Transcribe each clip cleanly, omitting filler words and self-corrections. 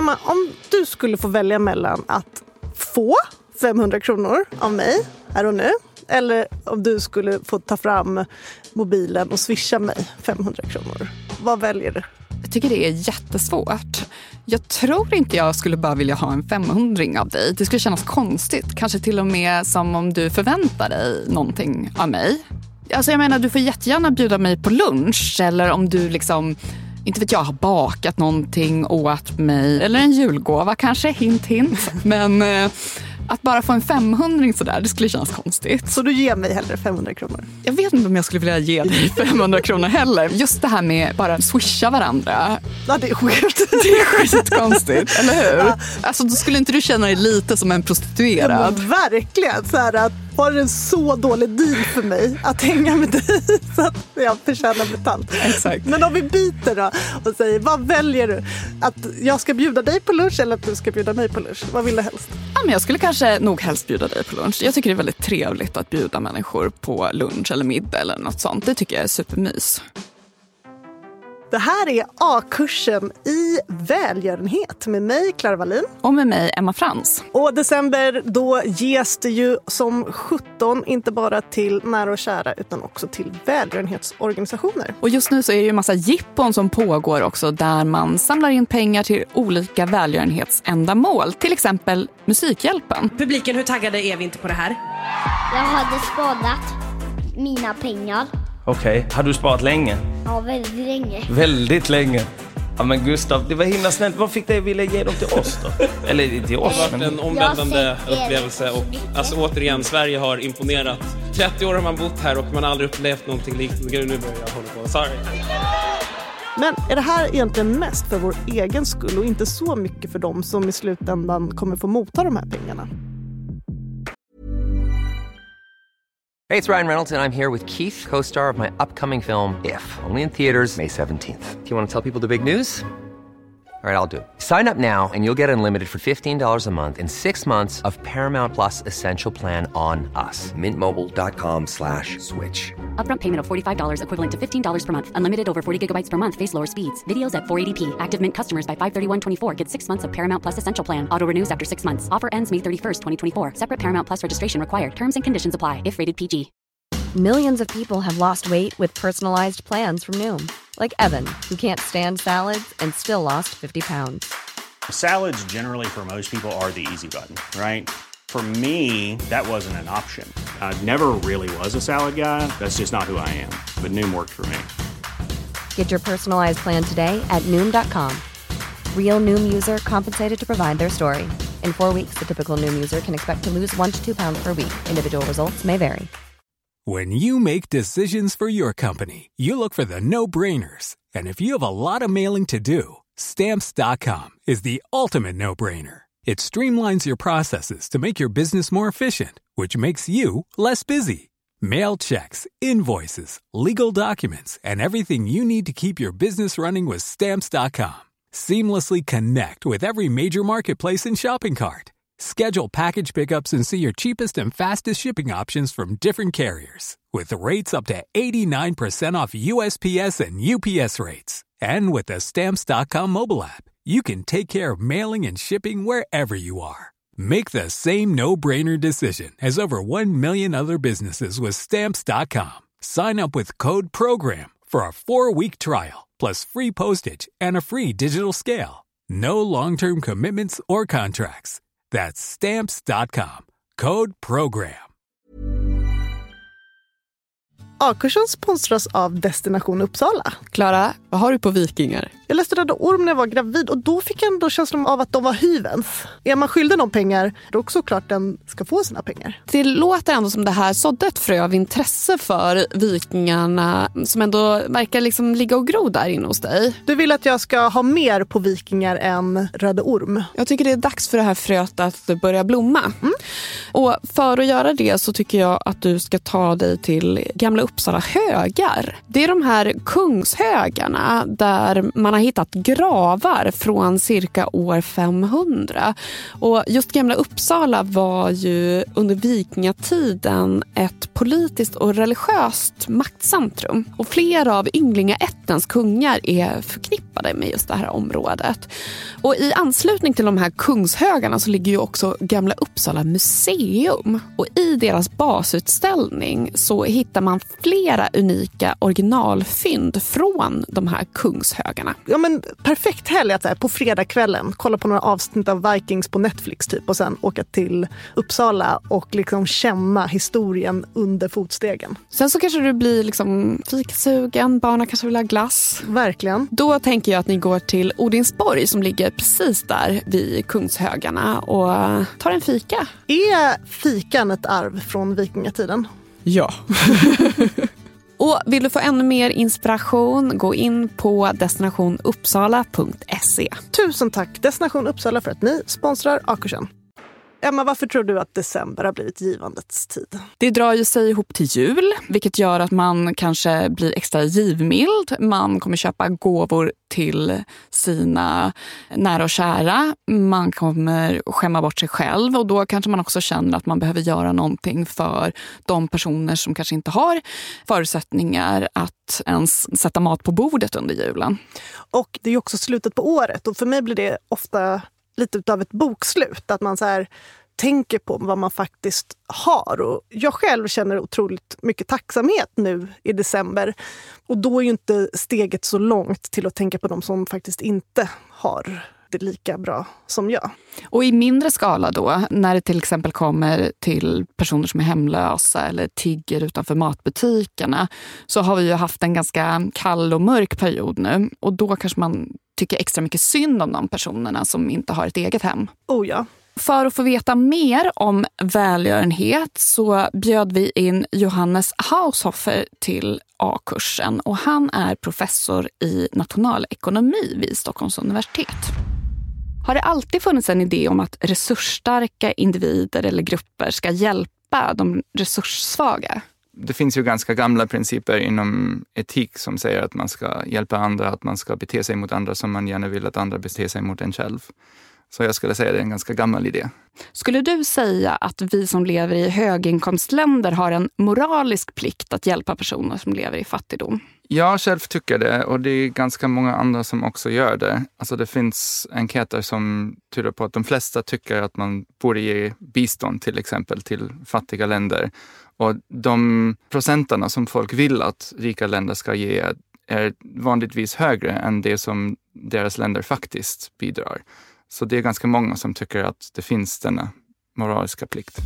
Emma, om du skulle få välja mellan att få 500 kronor av mig här och nu, eller om du skulle få ta fram mobilen och swisha mig 500 kronor, vad väljer du? Jag tycker det är jättesvårt. Jag tror inte jag skulle bara vilja ha en 500 av dig. Det skulle kännas konstigt. Kanske till och med som om du förväntar dig någonting av mig. Alltså jag menar, du får jättegärna bjuda mig på lunch. Eller om du liksom, inte vet jag, har bakat någonting åt mig. Eller en julgåva kanske, hint hint. Men att bara få en 500 sådär, det skulle kännas konstigt. Så du ger mig hellre 500 kronor? Jag vet inte om jag skulle vilja ge dig 500 kronor heller. Just det här med bara swisha varandra. Ja, det är sjukt. Det är skitkonstigt, eller hur? Ja. Alltså, då skulle inte du känna dig lite som en prostituerad? Ja, verkligen. Så här att var det en så dålig deal för mig att hänga med dig så att jag förtjänar betalt. Exakt. Men om vi byter då och säger, vad väljer du? Att jag ska bjuda dig på lunch eller att du ska bjuda mig på lunch? Vad vill du helst? Ja, men jag skulle kanske nog helst bjuda dig på lunch. Jag tycker det är väldigt trevligt att bjuda människor på lunch eller middag eller något sånt. Det tycker jag är supermys. Det här är A-kursen i välgörenhet med mig, Clara Wallin. Och med mig, Emma Frans. Och december, då ges det ju som 17 inte bara till nära och kära utan också till välgörenhetsorganisationer. Och just nu så är det ju en massa jippon som pågår också där man samlar in pengar till olika välgörenhetsändamål. Till exempel Musikhjälpen. Publiken, hur taggade är vi inte på det här? Jag hade sparat mina pengar. Okej, har du sparat länge? Ja, väldigt länge. Väldigt länge. Ja men Gustav, det var himla snällt. Vad fick dig vilja ge dem till oss då? Eller till oss? Det har varit en omvändande upplevelse och alltså återigen, Sverige har imponerat. 30 år har man bott här och man har aldrig upplevt någonting liknande. Gud, nu börjar jag hålla på. Sorry. Men är det här egentligen mest för vår egen skull och inte så mycket för dem som i slutändan kommer få motta de här pengarna? Hey, it's Ryan Reynolds, and I'm here with Keith, co-star of my upcoming film, If, only in theaters May 17th. Do you want to tell people the big news? All right, I'll do it. Sign up now and you'll get unlimited for $15 a month and 6 months of Paramount Plus Essential Plan on us. Mintmobile.com/switch. Upfront payment of $45 equivalent to $15 per month. Unlimited over 40 gigabytes per month. Face lower speeds. Videos at 480p. Active Mint customers by 531.24 get 6 months of Paramount Plus Essential Plan. Auto renews after 6 months. Offer ends May 31st, 2024. Separate Paramount Plus registration required. Terms and conditions apply if rated PG. Millions of people have lost weight with personalized plans from Noom. Like Evan, who can't stand salads and still lost 50 pounds. Salads generally for most people are the easy button, right? For me, that wasn't an option. I never really was a salad guy. That's just not who I am. But Noom worked for me. Get your personalized plan today at Noom.com. Real Noom user compensated to provide their story. In 4 weeks, the typical Noom user can expect to lose 1 to 2 pounds per week. Individual results may vary. When you make decisions for your company, you look for the no-brainers. And if you have a lot of mailing to do, Stamps.com is the ultimate no-brainer. It streamlines your processes to make your business more efficient, which makes you less busy. Mail checks, invoices, legal documents, and everything you need to keep your business running with Stamps.com. Seamlessly connect with every major marketplace and shopping cart. Schedule package pickups and see your cheapest and fastest shipping options from different carriers. With rates up to 89% off USPS and UPS rates. And with the Stamps.com mobile app, you can take care of mailing and shipping wherever you are. Make the same no-brainer decision as over 1 million other businesses with Stamps.com. Sign up with code PROGRAM for a 4-week trial, plus free postage and a free digital scale. No long-term commitments or contracts. That's Stamps.com. Code PROGRAM. A-kursen sponsras av Destination Uppsala. Klara, vad har du på vikingar? Jag läste Röda Orm när jag var gravid och då fick jag ändå känslan av att de var hyvens. Är man skyldig någon pengar, då är också klart den ska få sina pengar. Det låter ändå som det här sådde ett frö av intresse för vikingarna som ändå verkar liksom ligga och gro där inne hos dig. Du vill att jag ska ha mer på vikingar än Röda Orm? Jag tycker det är dags för det här fröet att börja blomma. Och för att göra det så tycker jag att du ska ta dig till Gamla Uppsala högar. Det är de här kungshögarna där man har hittat gravar från cirka år 500. Och just Gamla Uppsala var ju under vikingatiden ett politiskt och religiöst maktcentrum. Och flera av ynglingaättens kungar är förknippade med just det här området. Och i anslutning till de här kungshögarna så ligger ju också Gamla Uppsala museum. Och i deras basutställning så hittar man flera unika originalfynd från de här kungshögarna. Ja, men perfekt helg att på fredagskvällen kolla på några avsnitt av Vikings på Netflix typ och sen åka till Uppsala och liksom känna historien under fotstegen. Sen så kanske du blir liksom fikasugen, barnen kanske vill ha glass. Verkligen. Då tänker jag att ni går till Odinsborg som ligger precis där vid kungshögarna och tar en fika. Är fikan ett arv från vikingatiden? Ja. Och vill du få ännu mer inspiration, gå in på destinationuppsala.se. Tusen tack Destination Uppsala för att ni sponsrar A-kursen. Emma, varför tror du att december har blivit givandets tid? Det drar ju sig ihop till jul, vilket gör att man kanske blir extra givmild. Man kommer köpa gåvor till sina nära och kära. Man kommer skämma bort sig själv och då kanske man också känner att man behöver göra någonting för de personer som kanske inte har förutsättningar att ens sätta mat på bordet under julen. Och det är ju också slutet på året och för mig blir det ofta lite utav ett bokslut. Att man så här tänker på vad man faktiskt har. Och jag själv känner otroligt mycket tacksamhet nu i december. Och då är ju inte steget så långt till att tänka på de som faktiskt inte har det lika bra som jag. Och i mindre skala då, när det till exempel kommer till personer som är hemlösa eller tigger utanför matbutikerna, så har vi ju haft en ganska kall och mörk period nu. Och då kanske man tycker extra mycket synd om de personerna som inte har ett eget hem. Oh ja. För att få veta mer om välgörenhet så bjöd vi in Johannes Haushofer till A-kursen och han är professor i nationalekonomi vid Stockholms universitet. Har det alltid funnits en idé om att resursstarka individer eller grupper ska hjälpa de resurssvaga? Det finns ju ganska gamla principer inom etik som säger att man ska hjälpa andra, att man ska bete sig mot andra som man gärna vill att andra beter sig mot en själv. Så jag skulle säga att det är en ganska gammal idé. Skulle du säga att vi som lever i höginkomstländer har en moralisk plikt att hjälpa personer som lever i fattigdom? Jag själv tycker det och det är ganska många andra som också gör det. Alltså det finns enkäter som tyder på att de flesta tycker att man borde ge bistånd till exempel till fattiga länder. Och de procenterna som folk vill att rika länder ska ge är vanligtvis högre än det som deras länder faktiskt bidrar. Så det är ganska många som tycker att det finns denna moraliska plikt.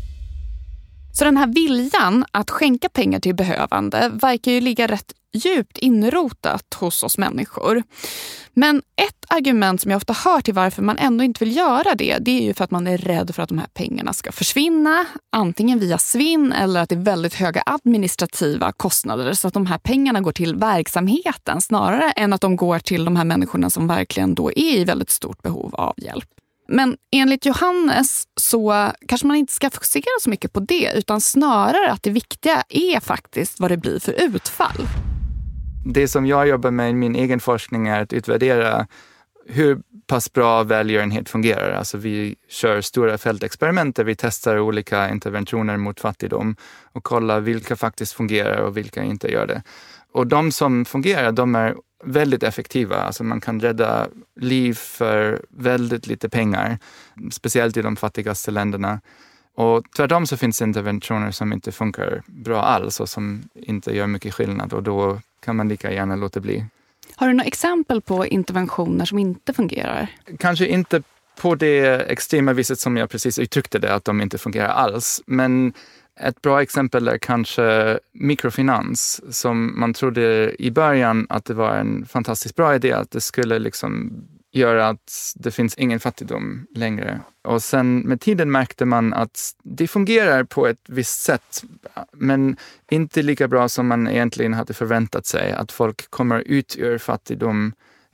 Så den här viljan att skänka pengar till behövande verkar ju ligga rätt djupt inrotat hos oss människor. Men ett argument som jag ofta hör till varför man ändå inte vill göra det är ju för att man är rädd för att de här pengarna ska försvinna, antingen via svinn eller att det är väldigt höga administrativa kostnader så att de här pengarna går till verksamheten snarare än att de går till de här människorna som verkligen då är i väldigt stort behov av hjälp. Men enligt Johannes så kanske man inte ska fokusera så mycket på det utan snarare att det viktiga är faktiskt vad det blir för utfall. Det som jag jobbar med i min egen forskning är att utvärdera hur pass bra välgörenhet fungerar. Alltså vi kör stora fältexperiment där vi testar olika interventioner mot fattigdom och kollar vilka faktiskt fungerar och vilka inte gör det. Och de som fungerar, de är väldigt effektiva. Alltså man kan rädda liv för väldigt lite pengar, speciellt i de fattigaste länderna. Och tvärtom så finns det interventioner som inte funkar bra alls och som inte gör mycket skillnad och då kan man lika gärna låta bli. Har du några exempel på interventioner som inte fungerar? Kanske inte på det extrema viset som jag precis uttryckte det, att de inte fungerar alls. Men ett bra exempel är kanske mikrofinans som man trodde i början att det var en fantastiskt bra idé att det skulle liksom göra att det finns ingen fattigdom längre. Och sen med tiden märkte man att det fungerar på ett visst sätt men inte lika bra som man egentligen hade förväntat sig. Att folk kommer ut ur fattigdom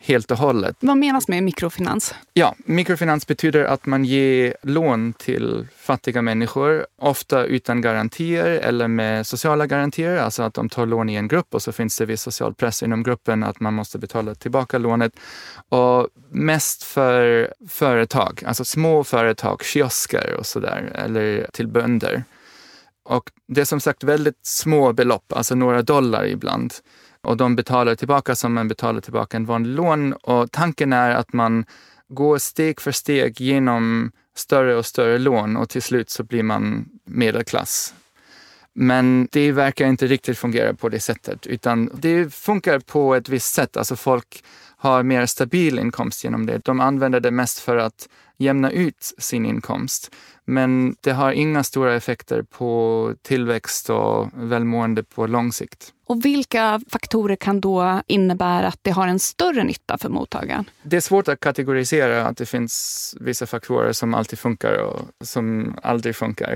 helt och hållet. Vad menas med mikrofinans? Ja, mikrofinans betyder att man ger lån till fattiga människor, ofta utan garantier eller med sociala garantier, alltså att de tar lån i en grupp och så finns det viss social press inom gruppen att man måste betala tillbaka lånet. Och mest för företag, alltså små företag, kiosker och sådär, eller till bönder. Och det är som sagt väldigt små belopp, alltså några dollar ibland. Och de betalar tillbaka som man betalar tillbaka en vanlig lån. Och tanken är att man går steg för steg genom större och större lån och till slut så blir man medelklass. Men det verkar inte riktigt fungera på det sättet, utan det funkar på ett visst sätt. Alltså folk har mer stabil inkomst genom det. De använder det mest för att jämna ut sin inkomst. Men det har inga stora effekter på tillväxt och välmående på lång sikt. Och vilka faktorer kan då innebära att det har en större nytta för mottagaren? Det är svårt att kategorisera att det finns vissa faktorer som alltid funkar och som aldrig funkar.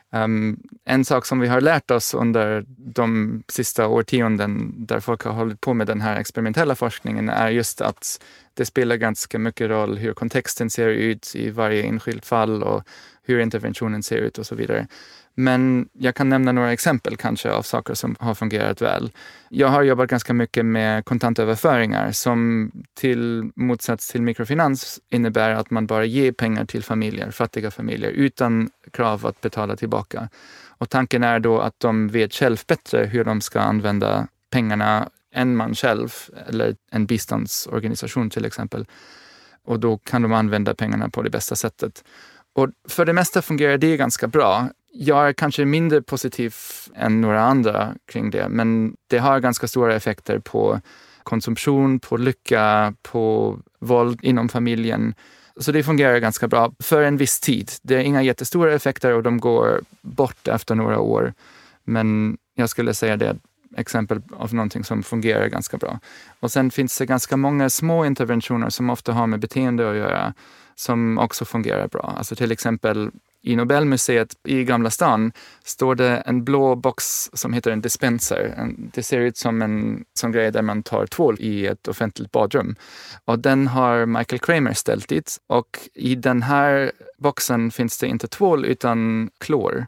En sak som vi har lärt oss under de sista årtionden där folk har hållit på med den här experimentella forskningen är just att det spelar ganska mycket roll hur kontexten ser ut i varje enskilt fall och hur interventionen ser ut och så vidare. Men jag kan nämna några exempel kanske av saker som har fungerat väl. Jag har jobbat ganska mycket med kontantöverföringar som till motsats till mikrofinans innebär att man bara ger pengar till familjer, fattiga familjer, utan krav att betala tillbaka. Och tanken är då att de vet själv bättre hur de ska använda pengarna än man själv eller en biståndsorganisation till exempel. Och då kan de använda pengarna på det bästa sättet. Och för det mesta fungerar det ganska bra. Jag är kanske mindre positiv än några andra kring det, men det har ganska stora effekter på konsumtion, på lycka, på våld inom familjen. Så det fungerar ganska bra för en viss tid. Det är inga jättestora effekter och de går bort efter några år. Men jag skulle säga det är ett exempel av någonting som fungerar ganska bra. Och sen finns det ganska många små interventioner som ofta har med beteende att göra som också fungerar bra. Alltså till exempel i Nobelmuseet i Gamla stan står det en blå box som heter en dispenser. Det ser ut som en sån grej där man tar tvål i ett offentligt badrum. Och den har Michael Kramer ställt dit. Och i den här boxen finns det inte tvål utan klor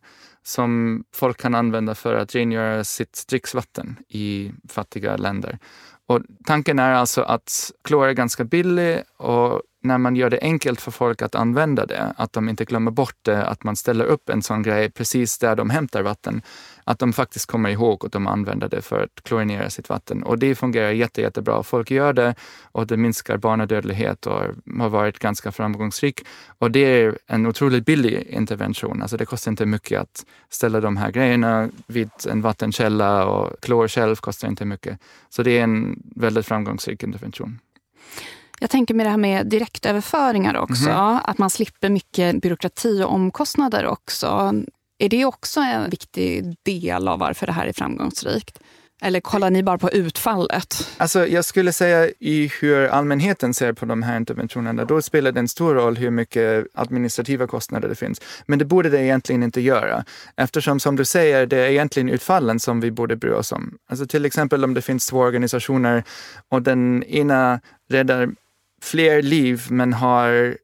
som folk kan använda för att rengöra sitt dricksvatten i fattiga länder. Och tanken är alltså att klor är ganska billig och när man gör det enkelt för folk att använda det, att de inte glömmer bort det, att man ställer upp en sån grej precis där de hämtar vatten, att de faktiskt kommer ihåg att de använder det för att klorinera sitt vatten. Och det fungerar jättebra. Folk gör det och det minskar barnadödlighet och har varit ganska framgångsrik. Och det är en otroligt billig intervention. Alltså det kostar inte mycket att ställa de här grejerna vid en vattenkälla och klor själv kostar inte mycket. Så det är en väldigt framgångsrik intervention. Jag tänker med det här med direktöverföringar också, att man slipper mycket byråkrati och omkostnader också. Är det också en viktig del av varför det här är framgångsrikt? Eller kollar ni bara på utfallet? Alltså jag skulle säga i hur allmänheten ser på de här interventionerna, då spelar det en stor roll hur mycket administrativa kostnader det finns. Men det borde det egentligen inte göra. Eftersom som du säger, det är egentligen utfallen som vi borde bry oss om. Alltså till exempel om det finns två organisationer och den ena räddar fler liv men har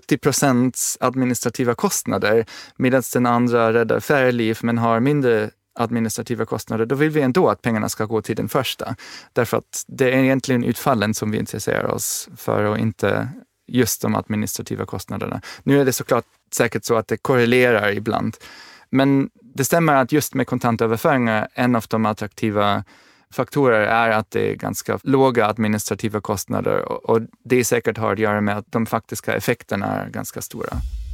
70% administrativa kostnader medan den andra räddar färre liv men har mindre administrativa kostnader, då vill vi ändå att pengarna ska gå till den första. Därför att det är egentligen utfallen som vi intresserar oss för och inte just de administrativa kostnaderna. Nu är det såklart säkert så att det korrelerar ibland. Men det stämmer att just med kontantöverföringar, en av de attraktiva faktorer är att det är ganska låga administrativa kostnader och det säkert har att göra med att de faktiska effekterna är ganska stora.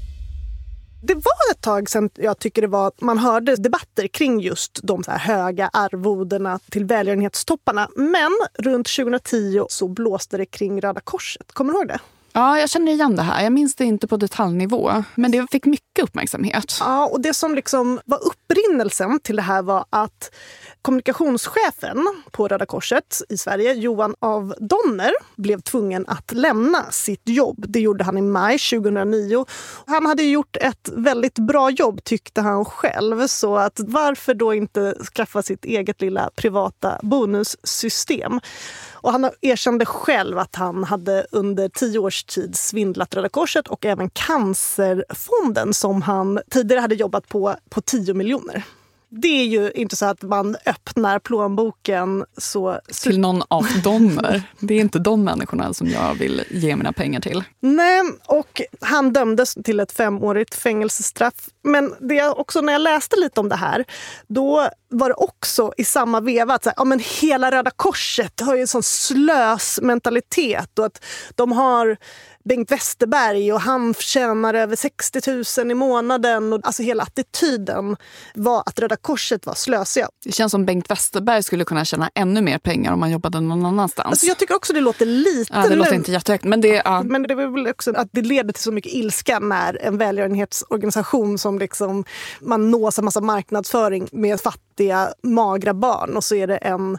Det var ett tag sedan jag tycker det var att man hörde debatter kring just de så här höga arvodena till välgörenhetstopparna. Men runt 2010 så blåste det kring Röda Korset. Kommer du ihåg det? Ja, jag känner igen det här. Jag minns det inte på detaljnivå, men det fick mycket uppmärksamhet. Ja, och det som liksom var upprinnelsen till det här var att kommunikationschefen på Röda Korset i Sverige, Johan af Donner, blev tvungen att lämna sitt jobb. Det gjorde han i maj 2009. Han hade gjort ett väldigt bra jobb, tyckte han själv. Så att varför då inte skaffa sitt eget lilla privata bonussystem? Och han erkände själv att han hade under 10 års tid svindlat Röda Korset och även Cancerfonden som han tidigare hade jobbat på 10 miljoner. Det är ju inte så att man öppnar plånboken så... Till någon av Donner. Det är inte de människorna som jag vill ge mina pengar till. Nej, och han dömdes till ett 5-årigt fängelsestraff. Men det också, när jag läste lite om det här, då var det också i samma veva att men hela Röda Korset har ju en sån slösmentalitet och att de har Bengt Westerberg och han tjänar över 60 000 i månaden. Och alltså hela attityden var att Röda Korset var slösiga. Det känns som Bengt Westerberg skulle kunna tjäna ännu mer pengar om man jobbade någon annanstans. Alltså jag tycker också det låter lite... Ja, det låter inte jättehögt. Men det är väl också att det leder till så mycket ilska när en välgörenhetsorganisation som liksom man nås en massa marknadsföring med fattiga, magra barn och så är det en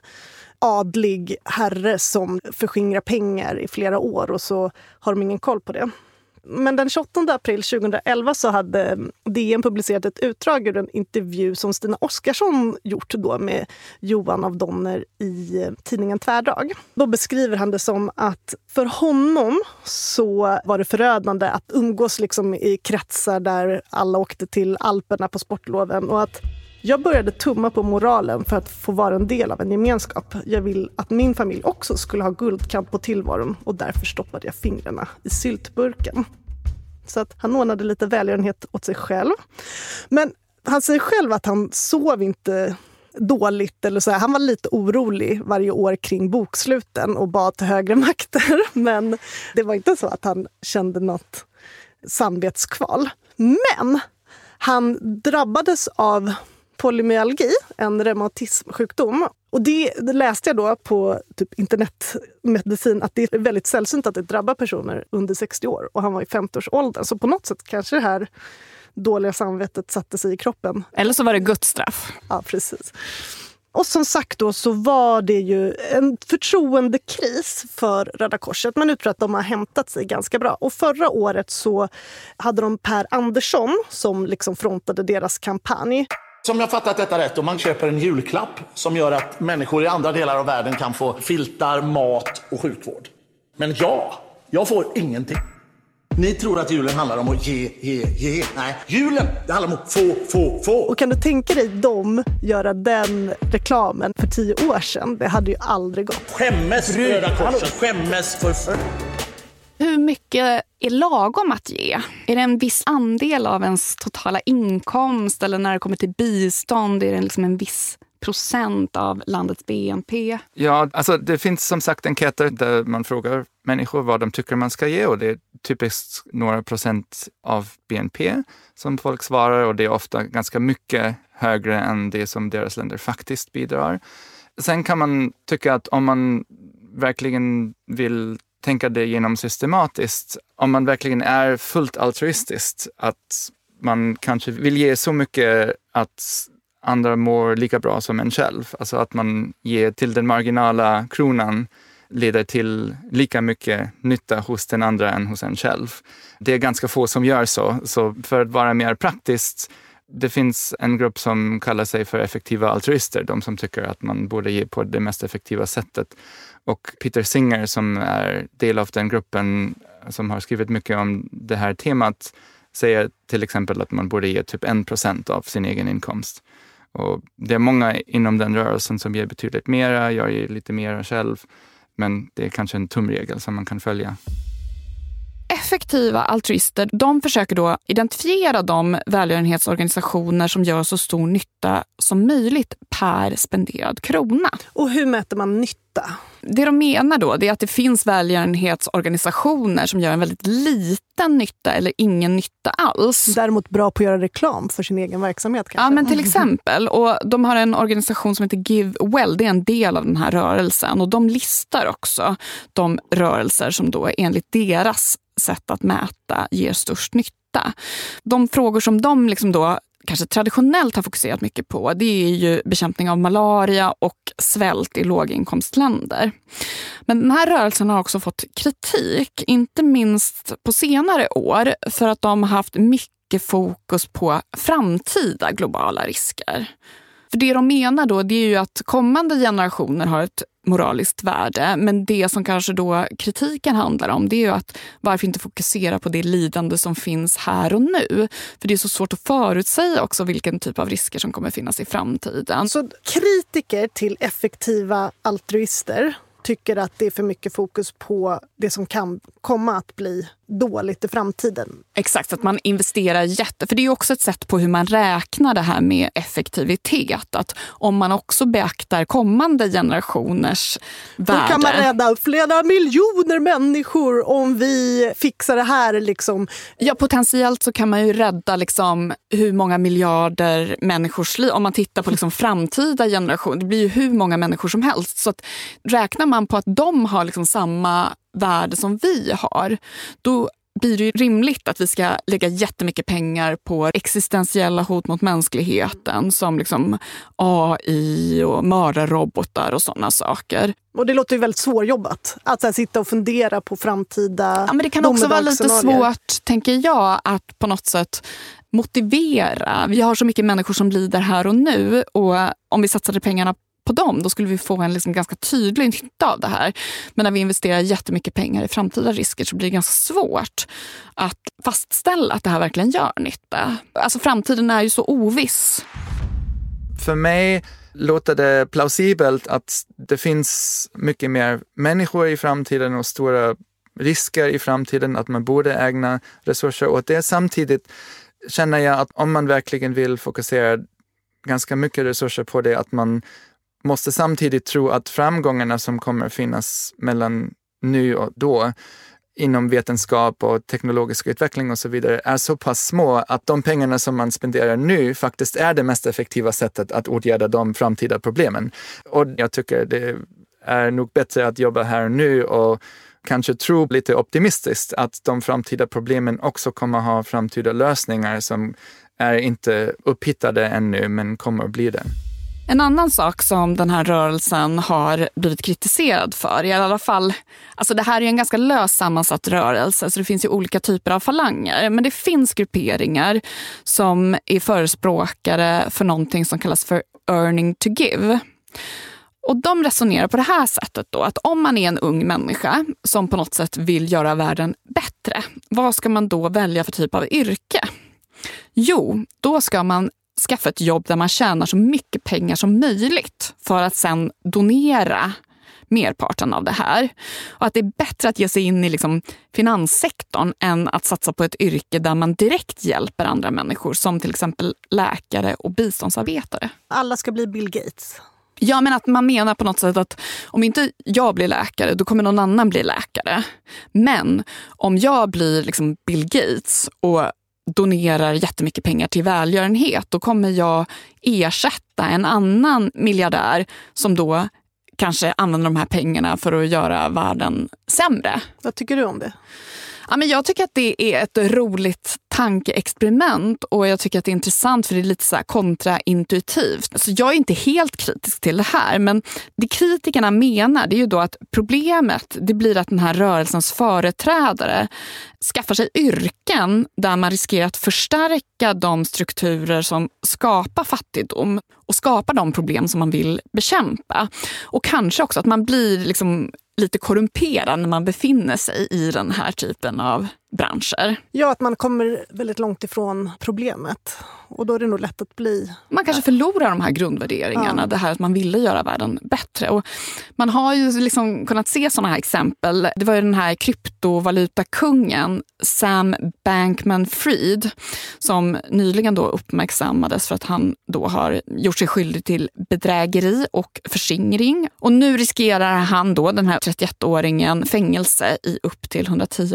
adlig herre som förskingrar pengar i flera år och så har de ingen koll på det. Men den 28 april 2011 så hade DN publicerat ett utdrag ur en intervju som Stina Oskarsson gjort då med Johan af Donner i tidningen Tvärdag. Då beskriver han det som att för honom så var det förödande att umgås liksom i kretsar där alla åkte till Alperna på sportloven och att jag började tumma på moralen för att få vara en del av en gemenskap. Jag vill att min familj också skulle ha guldkant på tillvaron och därför stoppade jag fingrarna i syltburken. Så att han ordnade lite välgörenhet åt sig själv. Men han säger själv att han sov inte dåligt eller så här. Han var lite orolig varje år kring boksluten och bad till högre makter. Men det var inte så att han kände något samvetskval. Men han drabbades av polymyalgi, en reumatismsjukdom. Och det läste jag då på typ internetmedicin att det är väldigt sällsynt att det drabbar personer under 60 år. Och han var i 50-årsåldern. Så på något sätt kanske det här dåliga samvetet satte sig i kroppen. Eller så var det Guds straff. Ja, precis. Och som sagt då så var det ju en förtroendekris för Röda Korset. Men ut för att de har hämtat sig ganska bra. Och förra året så hade de Per Andersson som liksom frontade deras kampanj. Som jag fattat detta rätt, om man köper en julklapp som gör att människor i andra delar av världen kan få filtar, mat och sjukvård. Men jag får ingenting. Ni tror att julen handlar om att ge. Nej, julen, det handlar om att få. Och kan du tänka dig dem göra den reklamen för 10 år sedan? Det hade ju aldrig gått. Skämmes Röda Korset, skämmes för... Hur mycket är lagom att ge? Är det en viss andel av ens totala inkomst eller när det kommer till bistånd är det liksom en viss procent av landets BNP? Ja, alltså det finns som sagt enkäter där man frågar människor vad de tycker man ska ge och det är typiskt några procent av BNP som folk svarar och det är ofta ganska mycket högre än det som deras länder faktiskt bidrar. Sen kan man tycka att om man verkligen vill tänka det igenom systematiskt, om man verkligen är fullt altruistiskt, att man kanske vill ge så mycket att andra mår lika bra som en själv. Alltså att man ger till den marginala kronan leder till lika mycket nytta hos den andra än hos en själv. Det är ganska få som gör så för att vara mer praktiskt, det finns en grupp som kallar sig för effektiva altruister, de som tycker att man borde ge på det mest effektiva sättet. Och Peter Singer som är del av den gruppen som har skrivit mycket om det här temat säger till exempel att man borde ge typ 1% av sin egen inkomst. Och det är många inom den rörelsen som ger betydligt mera, jag ger lite mera själv, men det är kanske en tumregel som man kan följa. Effektiva altruister, de försöker då identifiera de välgörenhetsorganisationer som gör så stor nytta som möjligt per spenderad krona. Och hur mäter man nytta? Det de menar då det är att det finns välgörenhetsorganisationer som gör en väldigt liten nytta eller ingen nytta alls. Däremot bra på att göra reklam för sin egen verksamhet kanske. Ja, men till exempel. Och de har en organisation som heter Give Well, det är en del av den här rörelsen. Och de listar också de rörelser som då enligt deras sätt att mäta ger störst nytta. De frågor som de liksom då kanske traditionellt har fokuserat mycket på, det är ju bekämpning av malaria och svält i låginkomstländer. Men den här rörelsen har också fått kritik, inte minst på senare år, för att de har haft mycket fokus på framtida globala risker. För det de menar då, det är ju att kommande generationer har ett moraliskt värde, men det som kanske då kritiken handlar om, det är ju att varför inte fokusera på det lidande som finns här och nu? För det är så svårt att förutsäga också vilken typ av risker som kommer finnas i framtiden. Så kritiker till effektiva altruister tycker att det är för mycket fokus på det som kan komma att bli dåligt i framtiden. Exakt, att man investerar för det är också ett sätt på hur man räknar det här med effektivitet. Att om man också beaktar kommande generationers värde. Då kan man rädda flera miljoner människor om vi fixar det här liksom. Ja, potentiellt så kan man ju rädda liksom hur många miljarder människors liv. Om man tittar på liksom framtida generationer, det blir ju hur många människor som helst. Så att räknar man på att de har liksom samma värde som vi har, då blir det ju rimligt att vi ska lägga jättemycket pengar på existentiella hot mot mänskligheten som liksom AI och mördarrobotar och sådana saker. Och det låter ju väldigt svårjobbat att så här, sitta och fundera på framtida. Ja, men det kan också vara lite svårt, tänker jag, att på något sätt motivera. Vi har så mycket människor som lider här och nu, och om vi satsade pengarna på dem, då skulle vi få en liksom ganska tydlig nytta av det här. Men när vi investerar jättemycket pengar i framtida risker så blir det ganska svårt att fastställa att det här verkligen gör nytta. Alltså framtiden är ju så oviss. För mig låter det plausibelt att det finns mycket mer människor i framtiden och stora risker i framtiden, att man borde ägna resurser åt det. Samtidigt känner jag att om man verkligen vill fokusera ganska mycket resurser på det, att man måste samtidigt tro att framgångarna som kommer finnas mellan nu och då inom vetenskap och teknologisk utveckling och så vidare är så pass små att de pengarna som man spenderar nu faktiskt är det mest effektiva sättet att åtgärda de framtida problemen. Och jag tycker det är nog bättre att jobba här och nu och kanske tro lite optimistiskt att de framtida problemen också kommer ha framtida lösningar som är inte upphittade ännu men kommer att bli det. En annan sak som den här rörelsen har blivit kritiserad för, i alla fall, alltså det här är en ganska lös sammansatt rörelse, så det finns ju olika typer av falanger, men det finns grupperingar som är förespråkare för någonting som kallas för earning to give. Och de resonerar på det här sättet då, att om man är en ung människa som på något sätt vill göra världen bättre, vad ska man då välja för typ av yrke? Jo, då ska man skaffa ett jobb där man tjänar så mycket pengar som möjligt för att sen donera merparten av det här. Och att det är bättre att ge sig in i liksom finanssektorn än att satsa på ett yrke där man direkt hjälper andra människor, som till exempel läkare och biståndsarbetare. Alla ska bli Bill Gates. Ja, men att man menar på något sätt att om inte jag blir läkare, då kommer någon annan bli läkare. Men om jag blir liksom Bill Gates och donerar jättemycket pengar till välgörenhet, då kommer jag ersätta en annan miljardär som då kanske använder de här pengarna för att göra världen sämre. Vad tycker du om det? Ja, men jag tycker att det är ett roligt tankeexperiment, och jag tycker att det är intressant för det är lite så här kontraintuitivt. Alltså jag är inte helt kritisk till det här, men det kritikerna menar, det är ju då att problemet, det blir att den här rörelsens företrädare skaffar sig yrken där man riskerar att förstärka de strukturer som skapar fattigdom och skapar de problem som man vill bekämpa. Och kanske också att man blir liksom lite korrumperad när man befinner sig i den här typen av branscher. Ja, att man kommer väldigt långt ifrån problemet. Och då är det nog lätt att bli... Man kanske förlorar de här grundvärderingarna, det här att man ville göra världen bättre. Och man har ju liksom kunnat se sådana här exempel. Det var ju den här kryptovalutakungen Sam Bankman-Fried som nyligen då uppmärksammades för att han då har gjort sig skyldig till bedrägeri och förskingring. Och nu riskerar han då, den här 31-åringen, fängelse i upp till 110 år.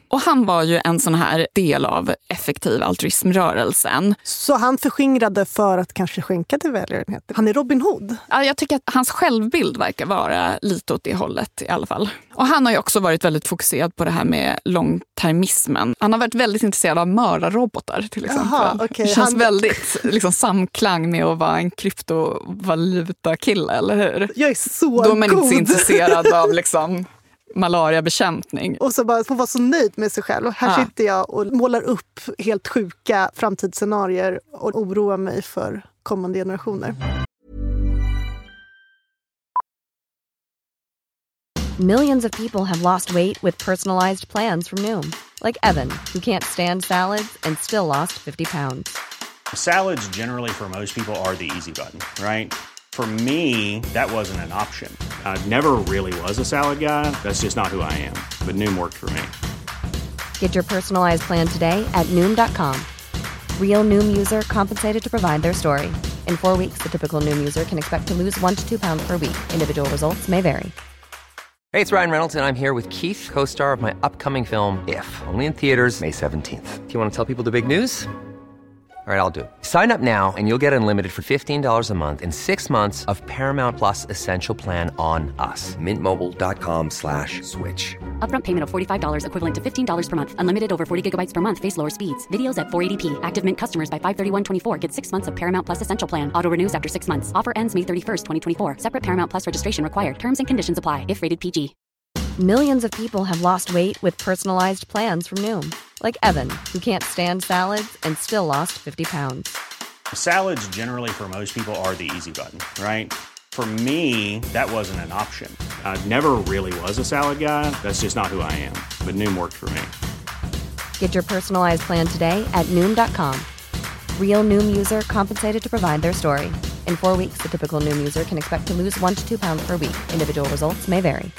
Och han var ju en sån här del av effektiv altruismrörelsen. Så han förskingrade för att kanske skänka till välgörenhet. Han är Robin Hood. Ja, jag tycker att hans självbild verkar vara lite åt det hållet i alla fall. Och han har ju också varit väldigt fokuserad på det här med långtermismen. Han har varit väldigt intresserad av mördarrobotar till exempel. Jaha, okay. Det känns väldigt liksom, samklang med att vara en kryptovaluta-kille, eller hur? Jag är så Då är man god. inte så intresserad av liksom malariabekämpning. Och så bara få vara så nöjd med sig själv. Här sitter jag och målar upp helt sjuka framtidsscenarier och oroar mig för kommande generationer. Millions of people have lost weight with personalized plans from Noom. Like Evan, who can't stand salads and still lost 50 pounds. Salads generally for most people are the easy button, right? For me, that wasn't an option. I never really was a salad guy. That's just not who I am. But Noom worked for me. Get your personalized plan today at Noom.com. Real Noom user compensated to provide their story. In 4 weeks, the typical Noom user can expect to lose 1 to 2 pounds per week. Individual results may vary. Hey, it's Ryan Reynolds, and I'm here with Keith, co-star of my upcoming film, If, only in theaters May 17th. Do you want to tell people the big news? All right, I'll do it. Sign up now and you'll get unlimited for $15 a month and 6 months of Paramount Plus Essential Plan on us. Mintmobile.com/switch. Upfront payment of $45 equivalent to $15 per month. Unlimited over 40 gigabytes per month. Face lower speeds. Videos at 480p. Active Mint customers by 531.24 get 6 months of Paramount Plus Essential Plan. Auto renews after 6 months. Offer ends May 31st, 2024. Separate Paramount Plus registration required. Terms and conditions apply if rated PG. Millions of people have lost weight with personalized plans from Noom. Like Evan, who can't stand salads and still lost 50 pounds. Salads generally for most people are the easy button, right? For me, that wasn't an option. I never really was a salad guy. That's just not who I am. But Noom worked for me. Get your personalized plan today at Noom.com. Real Noom user compensated to provide their story. In 4 weeks, the typical Noom user can expect to lose 1 to 2 pounds per week. Individual results may vary.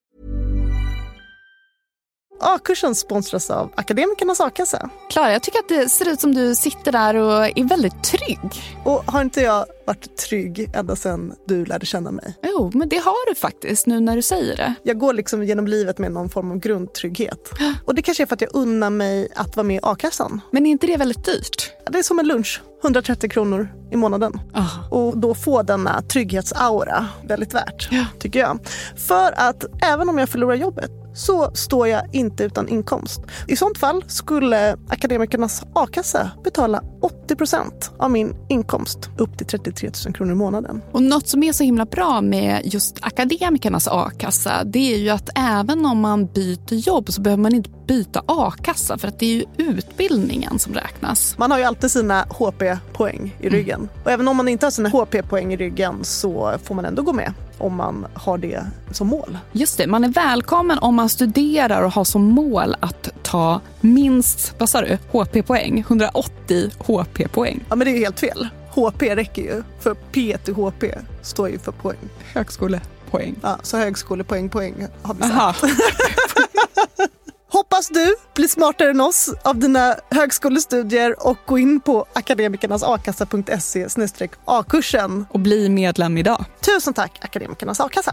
A-kursen sponsras av Akademikernas A-kassa. Klara, jag tycker att det ser ut som du sitter där och är väldigt trygg. Och har inte jag varit trygg ända sedan du lärde känna mig? Jo, men det har du faktiskt nu när du säger det. Jag går liksom genom livet med någon form av grundtrygghet. Och det kanske är för att jag unnar mig att vara med i A-kassan. Men är inte det väldigt dyrt? Det är som en lunch. 130 kronor i månaden. Och då få denna trygghetsaura väldigt värt, tycker jag. För att även om jag förlorar jobbet så står jag inte utan inkomst. I sånt fall skulle Akademikernas A-kassa betala 80% av min inkomst upp till 33 000 kronor i månaden. Och något som är så himla bra med just Akademikernas A-kassa, det är ju att även om man byter jobb så behöver man inte byta A-kassa, för att det är ju utbildningen som räknas. Man har ju alltid sina HP-poäng i ryggen. Och även om man inte har sina HP-poäng i ryggen så får man ändå gå med om man har det som mål. Just det, man är välkommen om man studerar och har som mål att ta minst, vad sa du, HP-poäng, 180 HP-poäng. Ja, men det är ju helt fel. HP räcker ju, för P till HP står ju för poäng. Högskolepoäng. Ja, så högskolepoäng har vi sagt. Hoppas du blir smartare än oss av dina högskolestudier och gå in på akademikernasakassa.se/A-kursen. Och bli medlem idag. Tusen tack, Akademikernas A-kassa.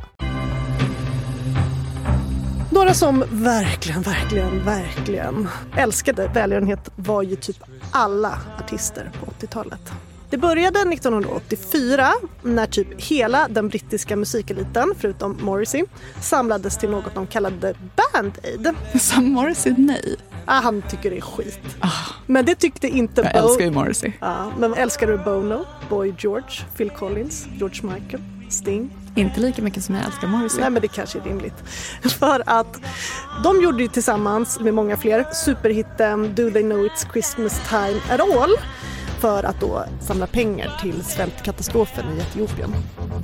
Några som verkligen älskade välgörenhet var ju typ alla artister på 80-talet. Det började 1984 när typ hela den brittiska musikeliten, förutom Morrissey, samlades till något de kallade Band Aid. Så Morrissey nej? Han tycker det är skit. Men det tyckte inte Jag älskar ju Morrissey. Men älskar du Bono, Boy George, Phil Collins, George Michael, Sting? Inte lika mycket som jag älskar Morrissey. Nej, men det kanske är rimligt. För att de gjorde ju tillsammans med många fler superhitten Do They Know It's Christmas Time At All, för att då samla pengar till svältkatastrofen i Etiopien.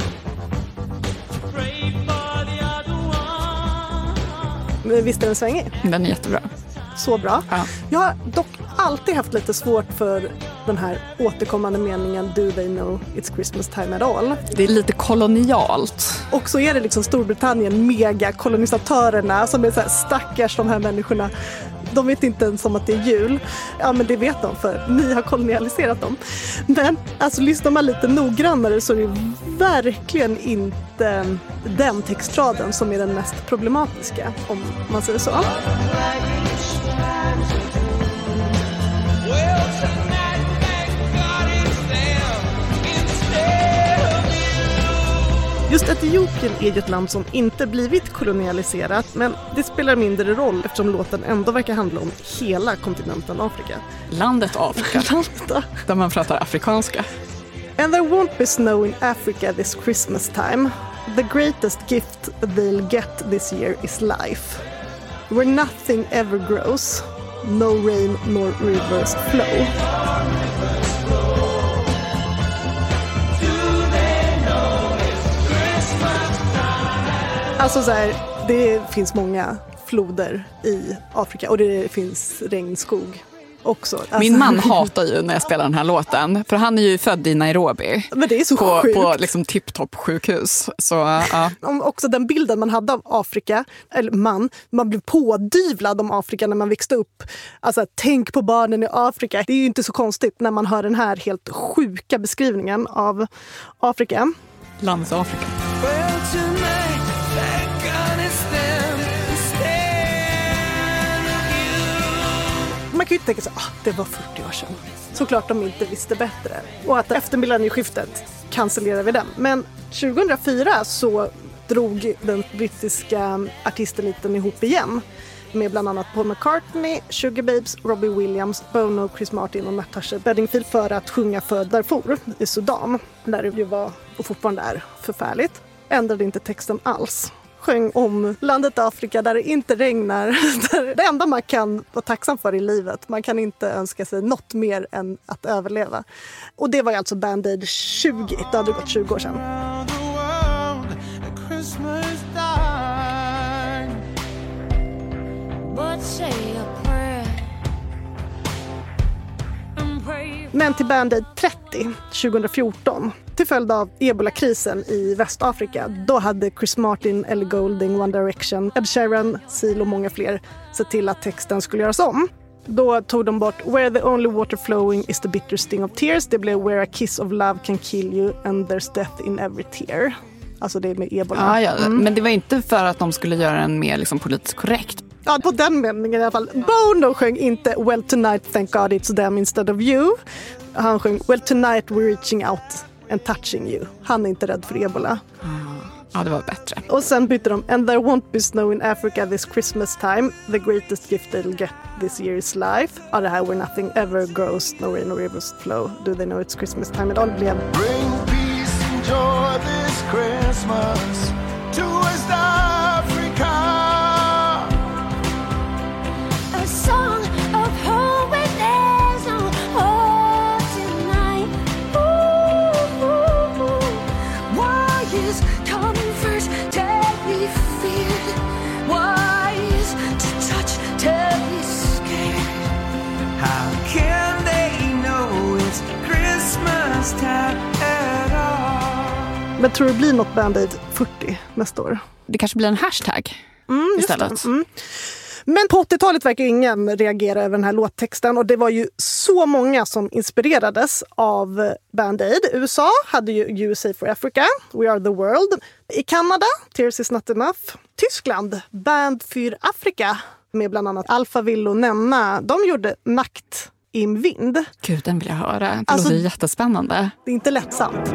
Men visst är den svängig? Den är jättebra. Så bra. Ja. Jag har dock alltid haft lite svårt för den här återkommande meningen Do they know it's Christmas time at all? Det är lite kolonialt. Och så är det liksom Storbritannien, megakolonisatörerna som är så här, stackars de här människorna. De vet inte ens om att det är jul. Ja, men det vet de, för ni har kolonialiserat dem. Men alltså, lyssnar man lite noggrannare så är det verkligen inte den textraden som är den mest problematiska, om man säger så. Just Etiopien är ju ett land som inte blivit kolonialiserat, men det spelar mindre roll eftersom låten ändå verkar handla om hela kontinenten Afrika. Landet Afrika, där man pratar afrikanska. And there won't be snow in Africa this Christmas time. The greatest gift they'll get this year is life. Where nothing ever grows, no rain nor rivers flow. Alltså så här, det finns många floder i Afrika och det finns regnskog också. Alltså, min man hatar ju när jag spelar den här låten, för han är ju född i Nairobi. Men det är så sjukt. På liksom tipptopp sjukhus. Så, ja. Också den bilden man hade av Afrika, eller man blev pådyvlad om Afrika när man växte upp. Alltså, tänk på barnen i Afrika. Det är ju inte så konstigt när man hör den här helt sjuka beskrivningen av Afrika. Landet Afrika. Man kan ju tänka sig att det var 40 år sedan. Såklart de inte visste bättre. Och att efter millennieskiftet cancellerar vi den. Men 2004 så drog den brittiska artisteliten ihop igen. Med bland annat Paul McCartney, Sugar Babes, Robbie Williams, Bono, Chris Martin och Natasha Bedingfield för att sjunga för Darfur i Sudan. Där det ju var och fortfarande är förfärligt. Ändrade inte texten alls. Sjöng om landet Afrika där det inte regnar. Där det enda man kan vara tacksam för i livet. Man kan inte önska sig något mer än att överleva. Och det var alltså Band Aid 20. Det hade gått 20 år sedan. Men till Band Aid 30 2014, till följd av ebola-krisen i Västafrika, då hade Chris Martin, Ellie Goulding, One Direction, Ed Sheeran, Seal och många fler sett till att texten skulle göras om. Då tog de bort Where the only water flowing is the bitter sting of tears. Det blev Where a kiss of love can kill you and there's death in every tear. Alltså det är med ebola. Ja, men det var inte för att de skulle göra en mer liksom politiskt korrekt. Ja, på den meningen i alla fall. Bono sjöng inte Well tonight, thank God it's them instead of you. Han sjöng Well tonight we're reaching out and touching you. Han är inte rädd för ebola. Ja, det var bättre. Och sen bytte de And there won't be snow in Africa this Christmas time. The greatest gift they'll get this year is life. Ja, det här Where nothing ever grows, no rain, no rivers flow. Do they know it's Christmas time? It all blev... Bring peace and joy this Christmas to West Africa. Song of hope when there's no hope tonight. Ooh, warriors coming first, deadly feared. Wise to touch, deadly scared. How can they know it's Christmas time at all? Men tror det blir något Band Aid 40 nästa år? Det kanske blir en hashtag istället. Men på 80-talet verkar ingen reagera över den här låttexten och det var ju så många som inspirerades av Band Aid. USA hade ju USA for Africa, We Are the World. I Kanada, Tears is not enough. Tyskland, Band für Afrika med bland annat Alphaville och Nenna. De gjorde Nacht im Vind. Gud, den vill jag höra. Det låter jättespännande. Det är inte lättsamt.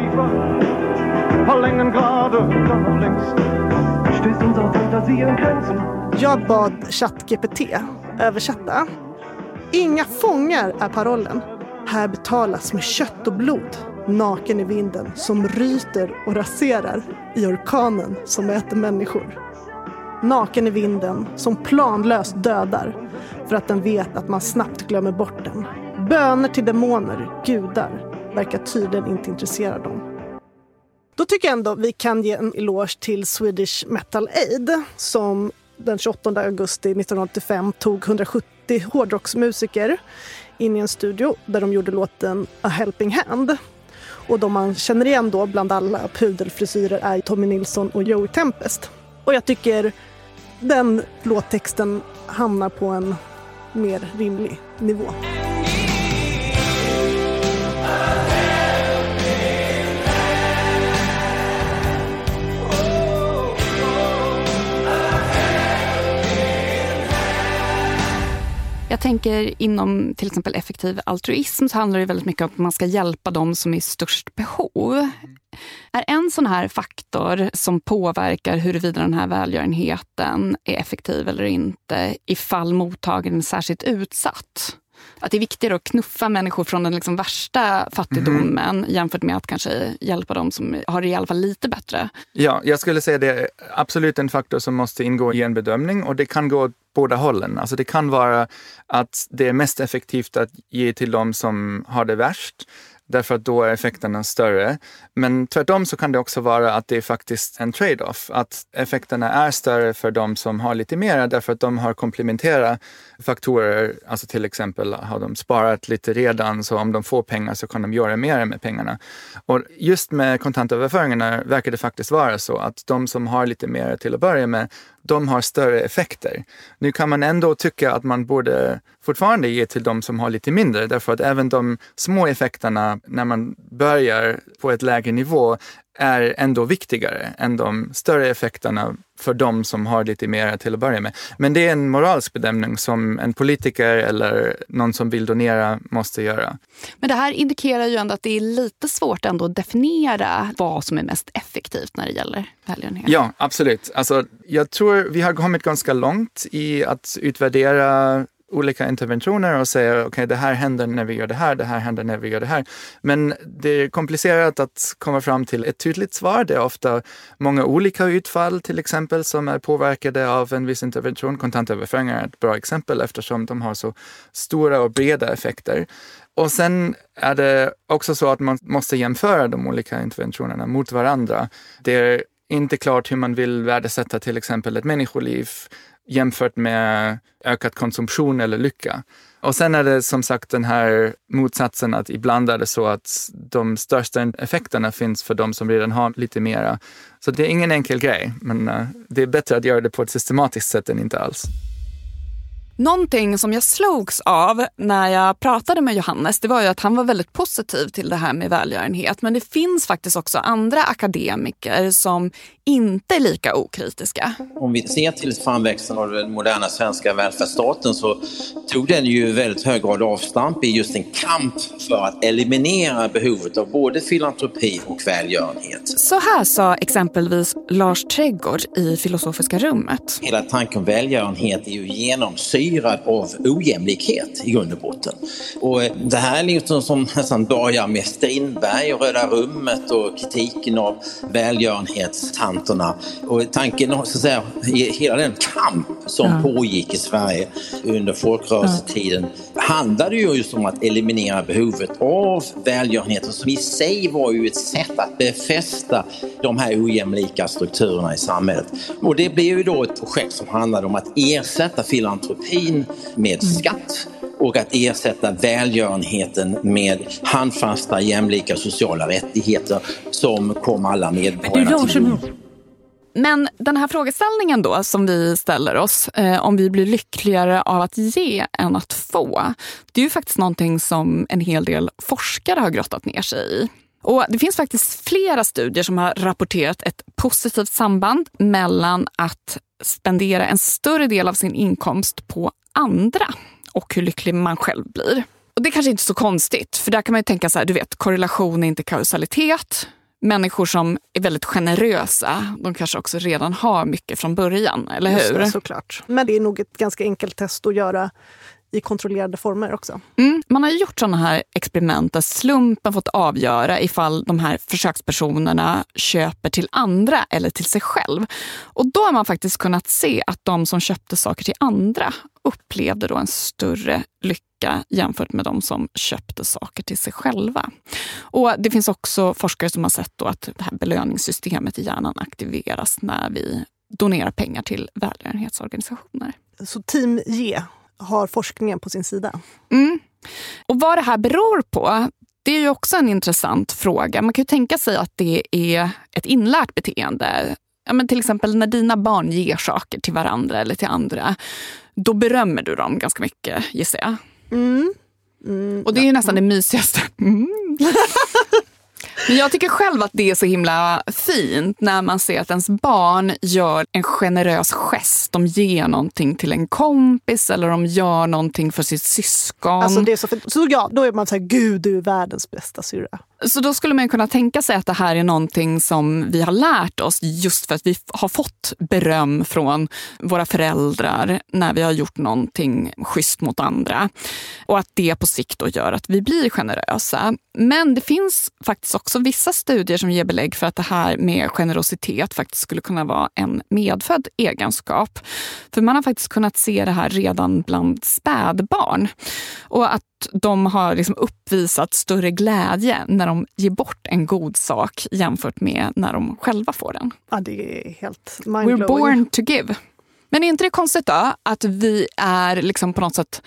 Jag bad ChatGPT översätta. Inga fångar är parollen. Här betalas med kött och blod. Naken i vinden som ryter och raserar i orkanen som äter människor. Naken i vinden som planlöst dödar för att den vet att man snabbt glömmer bort den. Böner till demoner, gudar, verkar tydligen inte intressera dem. Då tycker jag ändå vi kan ge en eloge till Swedish Metal Aid som den 28 augusti 1985 tog 170 hårdrocksmusiker in i en studio där de gjorde låten A Helping Hand. Och de man känner igen då bland alla pudelfrisyrer är Tommy Nilsson och Joey Tempest. Och jag tycker den låttexten hamnar på en mer rimlig nivå. Jag tänker inom till exempel effektiv altruism så handlar det väldigt mycket om att man ska hjälpa dem som är i störst behov. Är en sån här faktor som påverkar huruvida den här välgörenheten är effektiv eller inte ifall mottagaren är särskilt utsatt? Att det är viktigare att knuffa människor från den liksom värsta fattigdomen jämfört med att kanske hjälpa dem som har det i alla fall lite bättre. Ja, jag skulle säga det är absolut en faktor som måste ingå i en bedömning, och det kan gå åt båda hållen. Alltså det kan vara att det är mest effektivt att ge till dem som har det värst, därför att då är effekterna större. Men tvärtom så kan det också vara att det är faktiskt en trade-off. Att effekterna är större för de som har lite mer, därför att de har komplementära faktorer. Alltså till exempel har de sparat lite redan, så om de får pengar så kan de göra mer med pengarna. Och just med kontantöverföringarna verkar det faktiskt vara så att de som har lite mer till att börja med, de har större effekter. Nu kan man ändå tycka att man borde fortfarande ge till de som har lite mindre, därför att även de små effekterna när man börjar på ett lägre nivå är ändå viktigare än de större effekterna för de som har lite mer till att börja med. Men det är en moralisk bedömning som en politiker eller någon som vill donera måste göra. Men det här indikerar ju ändå att det är lite svårt ändå att definiera vad som är mest effektivt när det gäller välgörenhet. Ja, absolut. Alltså, jag tror vi har kommit ganska långt i att utvärdera olika interventioner och säga okej, det här händer när vi gör det här händer när vi gör det här. Men det är komplicerat att komma fram till ett tydligt svar. Det är ofta många olika utfall till exempel som är påverkade av en viss intervention. Kontantöverföringar är ett bra exempel eftersom de har så stora och breda effekter. Och sen är det också så att man måste jämföra de olika interventionerna mot varandra. Det är inte klart hur man vill värdesätta till exempel ett människoliv jämfört med ökad konsumtion eller lycka. Och sen är det som sagt den här motsatsen att ibland är det så att de största effekterna finns för de som redan har lite mera. Så det är ingen enkel grej, men det är bättre att göra det på ett systematiskt sätt än inte alls. Någonting som jag slogs av när jag pratade med Johannes, det var ju att han var väldigt positiv till det här med välgörenhet. Men det finns faktiskt också andra akademiker som inte är lika okritiska. Om vi ser till framväxten av den moderna svenska välfärdsstaten så tog den ju väldigt hög grad avstamp i just en kamp för att eliminera behovet av både filantropi och välgörenhet. Så här sa exempelvis Lars Trädgård i Filosofiska rummet. Hela tanken om välgörenhet är ju genomsyrad av ojämlikhet i grund och botten. Och det här är liksom som nästan börjar med Strindberg och Röda rummet och kritiken av välgörenhetstanken. Och tanken så att säga, hela den kamp som pågick i Sverige under folkrörelsetiden handlade ju just om att eliminera behovet av välgörenhet, som i sig var ju ett sätt att befästa de här ojämlika strukturerna i samhället. Och det blev ju då ett projekt som handlade om att ersätta filantropin med skatt och att ersätta välgörenheten med handfasta, jämlika sociala rättigheter som kom alla medborgarna till del. Men den här frågeställningen då som vi ställer oss, om vi blir lyckligare av att ge än att få, det är ju faktiskt någonting som en hel del forskare har grottat ner sig i. Och det finns faktiskt flera studier som har rapporterat ett positivt samband mellan att spendera en större del av sin inkomst på andra och hur lycklig man själv blir. Och det är kanske inte så konstigt, för där kan man ju tänka så här, du vet, korrelation är inte kausalitet. Människor som är väldigt generösa, de kanske också redan har mycket från början, eller hur? Just det, såklart. Men det är nog ett ganska enkelt test att göra i kontrollerade former också. Man har gjort sådana här experiment där slumpen fått avgöra ifall de här försökspersonerna köper till andra eller till sig själv. Och då har man faktiskt kunnat se att de som köpte saker till andra upplevde då en större lycka jämfört med de som köpte saker till sig själva. Och det finns också forskare som har sett då att det här belöningssystemet i hjärnan aktiveras när vi donerar pengar till välgörenhetsorganisationer. Så Team G har forskningen på sin sida. Och vad det här beror på, det är ju också en intressant fråga. Man kan ju tänka sig att det är ett inlärt beteende. Ja, men till exempel när dina barn ger saker till varandra eller till andra, då berömmer du dem ganska mycket, gissar jag. Och det är ju nästan det mysigaste. Men jag tycker själv att det är så himla fint när man ser att ens barn gör en generös gest. De ger någonting till en kompis eller de gör någonting för sitt syskon. Alltså det är så ja, då är man så här, gud, du är världens bästa syrra. Så då skulle man kunna tänka sig att det här är någonting som vi har lärt oss just för att vi har fått beröm från våra föräldrar när vi har gjort någonting schysst mot andra. Och att det på sikt då gör att vi blir generösa. Men det finns faktiskt också vissa studier som ger belägg för att det här med generositet faktiskt skulle kunna vara en medfödd egenskap. För man har faktiskt kunnat se det här redan bland spädbarn. Och att de har liksom uppvisat större glädje när de ger bort en god sak jämfört med när de själva får den. Ja, det är helt mindblowing. We're born to give. Men är inte det konstigt då att vi är liksom på något sätt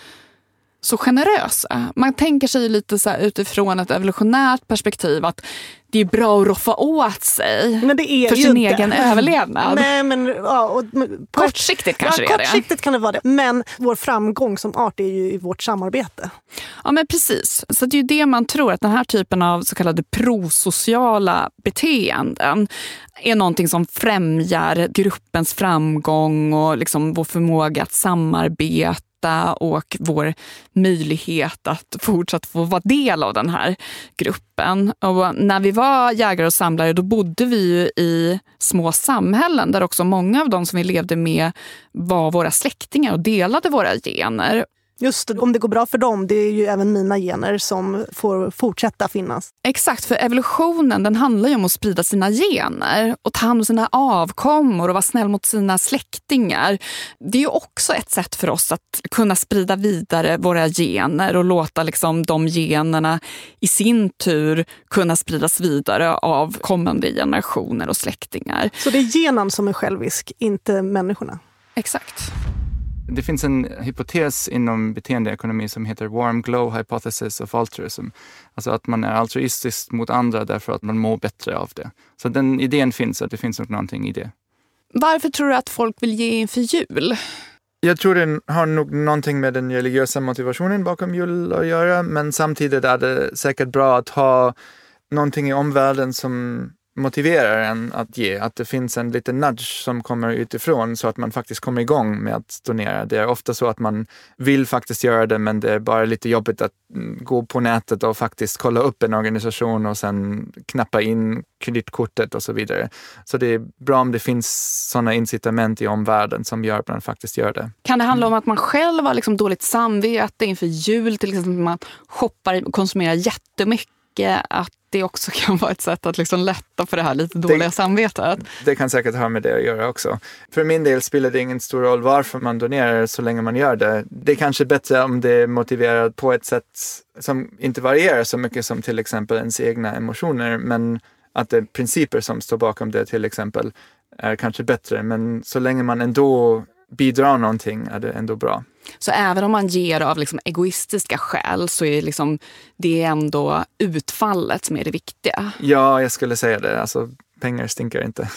så generösa? Man tänker sig lite så här utifrån ett evolutionärt perspektiv att det är bra att roffa åt sig men det är för ju sin inte. egen överlevnad. Nej, men, ja, kortsiktigt kanske det är det. Kortsiktigt kan det vara det. Men vår framgång som art är ju i vårt samarbete. Ja, men precis. Så det är ju det man tror, att den här typen av så kallade prosociala beteenden är någonting som främjar gruppens framgång och liksom vår förmåga att samarbeta och vår möjlighet att fortsatt få vara del av den här gruppen. Och när vi var jägare och samlare då bodde vi ju i små samhällen där också många av de som vi levde med var våra släktingar och delade våra gener. Just det, om det går bra för dem, det är ju även mina gener som får fortsätta finnas. Exakt, för evolutionen den handlar ju om att sprida sina gener och ta hand om sina avkommor och vara snäll mot sina släktingar. Det är ju också ett sätt för oss att kunna sprida vidare våra gener och låta liksom de generna i sin tur kunna spridas vidare av kommande generationer och släktingar. Så det är genen som är självisk, inte människorna? Exakt. Det finns en hypotes inom beteendeekonomi som heter warm glow hypothesis of altruism. Alltså att man är altruistisk mot andra därför att man mår bättre av det. Så den idén finns, att det finns någonting i det. Varför tror du att folk vill ge inför jul? Jag tror det har nog någonting med den religiösa motivationen bakom jul att göra. Men samtidigt är det säkert bra att ha någonting i omvärlden som motiverar en att ge. Att det finns en liten nudge som kommer utifrån så att man faktiskt kommer igång med att donera. Det är ofta så att man vill faktiskt göra det men det är bara lite jobbigt att gå på nätet och faktiskt kolla upp en organisation och sen knappa in kreditkortet och så vidare. Så det är bra om det finns sådana incitament i omvärlden som gör att man faktiskt gör det. Kan det handla om att man själv har liksom dåligt samvete inför jul, till exempel man shoppar och konsumerar jättemycket, att det också kan vara ett sätt att liksom lätta för det här lite dåliga samvetet? Det kan säkert ha med det att göra också. För min del spelar det ingen stor roll varför man donerar så länge man gör det. Det är kanske bättre om det är motiverat på ett sätt som inte varierar så mycket som till exempel ens egna emotioner, men att det är principer som står bakom det till exempel är kanske bättre. Men så länge man ändå bidrar någonting är det ändå bra. Så även om man ger av liksom egoistiska skäl så är liksom det ändå utfallet som är det viktiga? Ja, jag skulle säga det. Alltså, pengar stinker inte.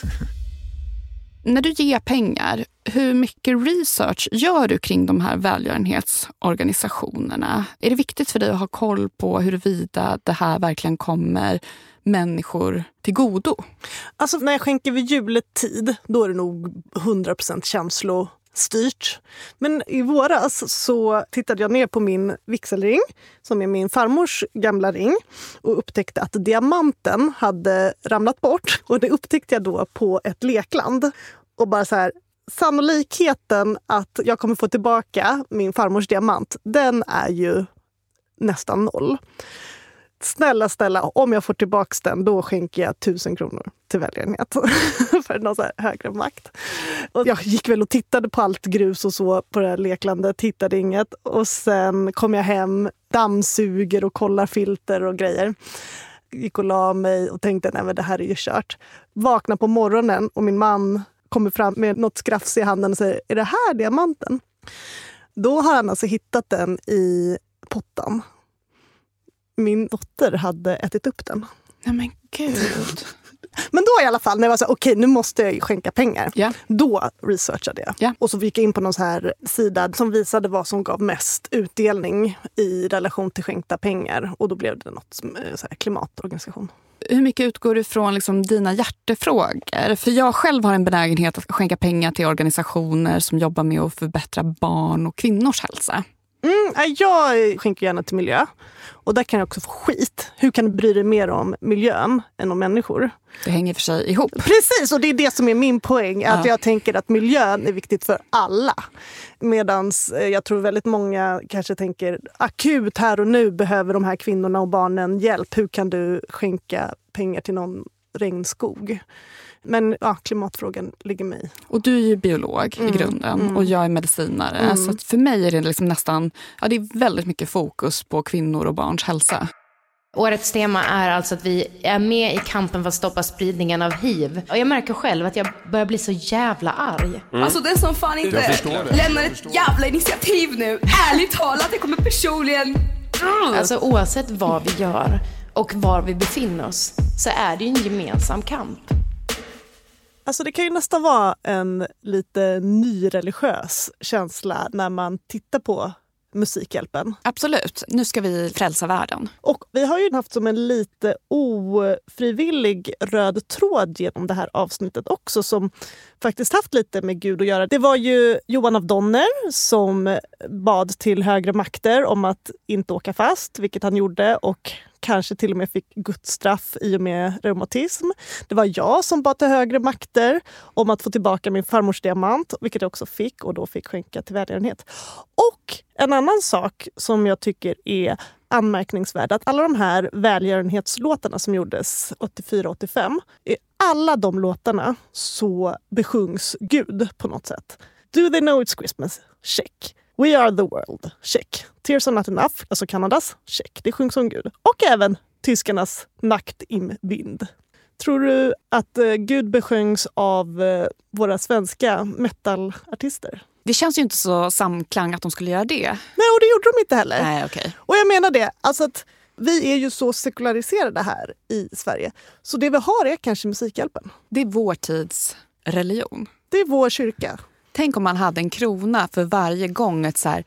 När du ger pengar, hur mycket research gör du kring de här välgörenhetsorganisationerna? Är det viktigt för dig att ha koll på huruvida det här verkligen kommer människor till godo? Alltså när jag skänker vid juletid, då är det nog 100% känslostyrt. Men i våras så tittade jag ner på min vigselring, som är min farmors gamla ring, och upptäckte att diamanten hade ramlat bort. Och det upptäckte jag då på ett lekland. Och bara så här, sannolikheten att jag kommer få tillbaka min farmors diamant, den är ju nästan 0. Snälla, om jag får tillbaka den, då skänker jag 1000 kronor till välgörenhet för någon så här högre makt. Och jag gick väl och tittade på allt grus och så på det här leklandet, hittade inget. Och sen kom jag hem, dammsuger och kollar filter och grejer. Gick och la mig och tänkte, nej men det här är ju kört. Vaknar på morgonen och min man kommer fram med något skrafs i handen och säger, är det här diamanten? Då har han alltså hittat den i pottan. Min dotter hade ätit upp den. Nej men gud. Men då i alla fall, när jag var så här, okej, nu måste jag ju skänka pengar. Yeah. Då researchade jag. Yeah. Och så gick jag in på någon så här sida som visade vad som gav mest utdelning i relation till skänkta pengar. Och då blev det något som så här, klimatorganisation. Hur mycket utgår du från liksom dina hjärtefrågor? För jag själv har en benägenhet att skänka pengar till organisationer som jobbar med att förbättra barn och kvinnors hälsa. Jag skänker gärna till miljö. Och där kan jag också få skit. Hur kan du bry dig mer om miljön än om människor? Det hänger för sig ihop. Precis, och det är det som är min poäng. Att jag tänker att miljön är viktigt för alla. Medan jag tror väldigt många kanske tänker akut här och nu behöver de här kvinnorna och barnen hjälp. Hur kan du skänka pengar till någon regnskog? Men klimatfrågan ligger mig. Och du är ju biolog i grunden och jag är medicinare. Så att för mig är det liksom nästan, det är väldigt mycket fokus på kvinnor och barns hälsa. Årets tema är alltså att vi är med i kampen för att stoppa spridningen av hiv. Och jag märker själv att jag börjar bli så jävla arg. Alltså den som fan inte lämnar ett jävla initiativ nu. Ärligt talat, jag kommer personligen... Alltså oavsett vad vi gör och var vi befinner oss så är det ju en gemensam kamp. Alltså det kan ju nästan vara en lite nyreligiös känsla när man tittar på Musikhjälpen. Absolut, nu ska vi frälsa världen. Och vi har ju haft som en lite ofrivillig röd tråd genom det här avsnittet också som faktiskt haft lite med Gud att göra. Det var ju Johan av Donner som bad till högre makter om att inte åka fast, vilket han gjorde och kanske till och med fick Guds straff i och med reumatism. Det var jag som bad till högre makter om att få tillbaka min farmors diamant, vilket jag också fick och då fick skänka till välgörenhet. Och en annan sak som jag tycker är anmärkningsvärd, att alla de här välgörenhetslåtarna som gjordes 84-85, i alla de låtarna så besjungs Gud på något sätt. Do they know it's Christmas? Check. We are the world. Check. Tears are not enough. Alltså Kanadas. Check. Det sjungs om Gud. Och även tyskarnas Nacht im Wind. Tror du att Gud besjöngs av våra svenska metalartister? Det känns ju inte så samklang att de skulle göra det. Nej, och det gjorde de inte heller. Nej, okej. Och jag menar det, alltså att vi är ju så sekulariserade här i Sverige. Så det vi har är kanske Musikhjälpen. Det är vår tids religion. Det är vår kyrka. Tänk om man hade en krona för varje gång ett så här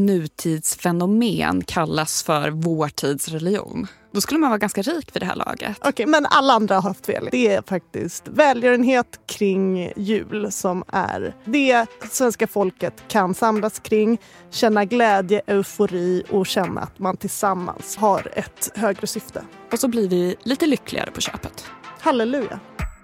nutidsfenomen kallas för vår tids religion. Då skulle man vara ganska rik vid det här laget. Okej, men alla andra har haft fel. Det är faktiskt välgörenhet kring jul som är det svenska folket kan samlas kring, känna glädje, eufori och känna att man tillsammans har ett högre syfte. Och så blir vi lite lyckligare på köpet. Halleluja!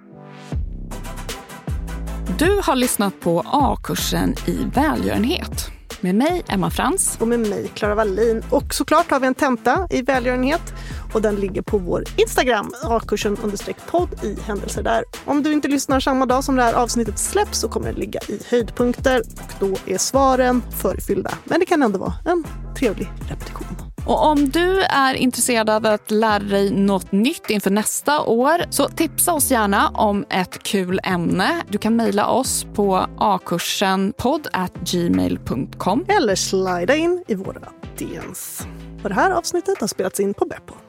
Du har lyssnat på A-kursen i välgörenhet. Med mig, Emma Frans. Och med mig, Clara Wallin. Och såklart har vi en tenta i välgörenhet. Och den ligger på vår Instagram, A-kursen_podd i händelser där. Om du inte lyssnar samma dag som det här avsnittet släpps så kommer det ligga i höjdpunkter. Och då är svaren förfyllda. Men det kan ändå vara en trevlig repetition. Och om du är intresserad av att lära dig något nytt inför nästa år så tipsa oss gärna om ett kul ämne. Du kan mejla oss på akursenpodd@gmail.com eller slida in i våra DMs. Och det här avsnittet har spelats in på Beppo.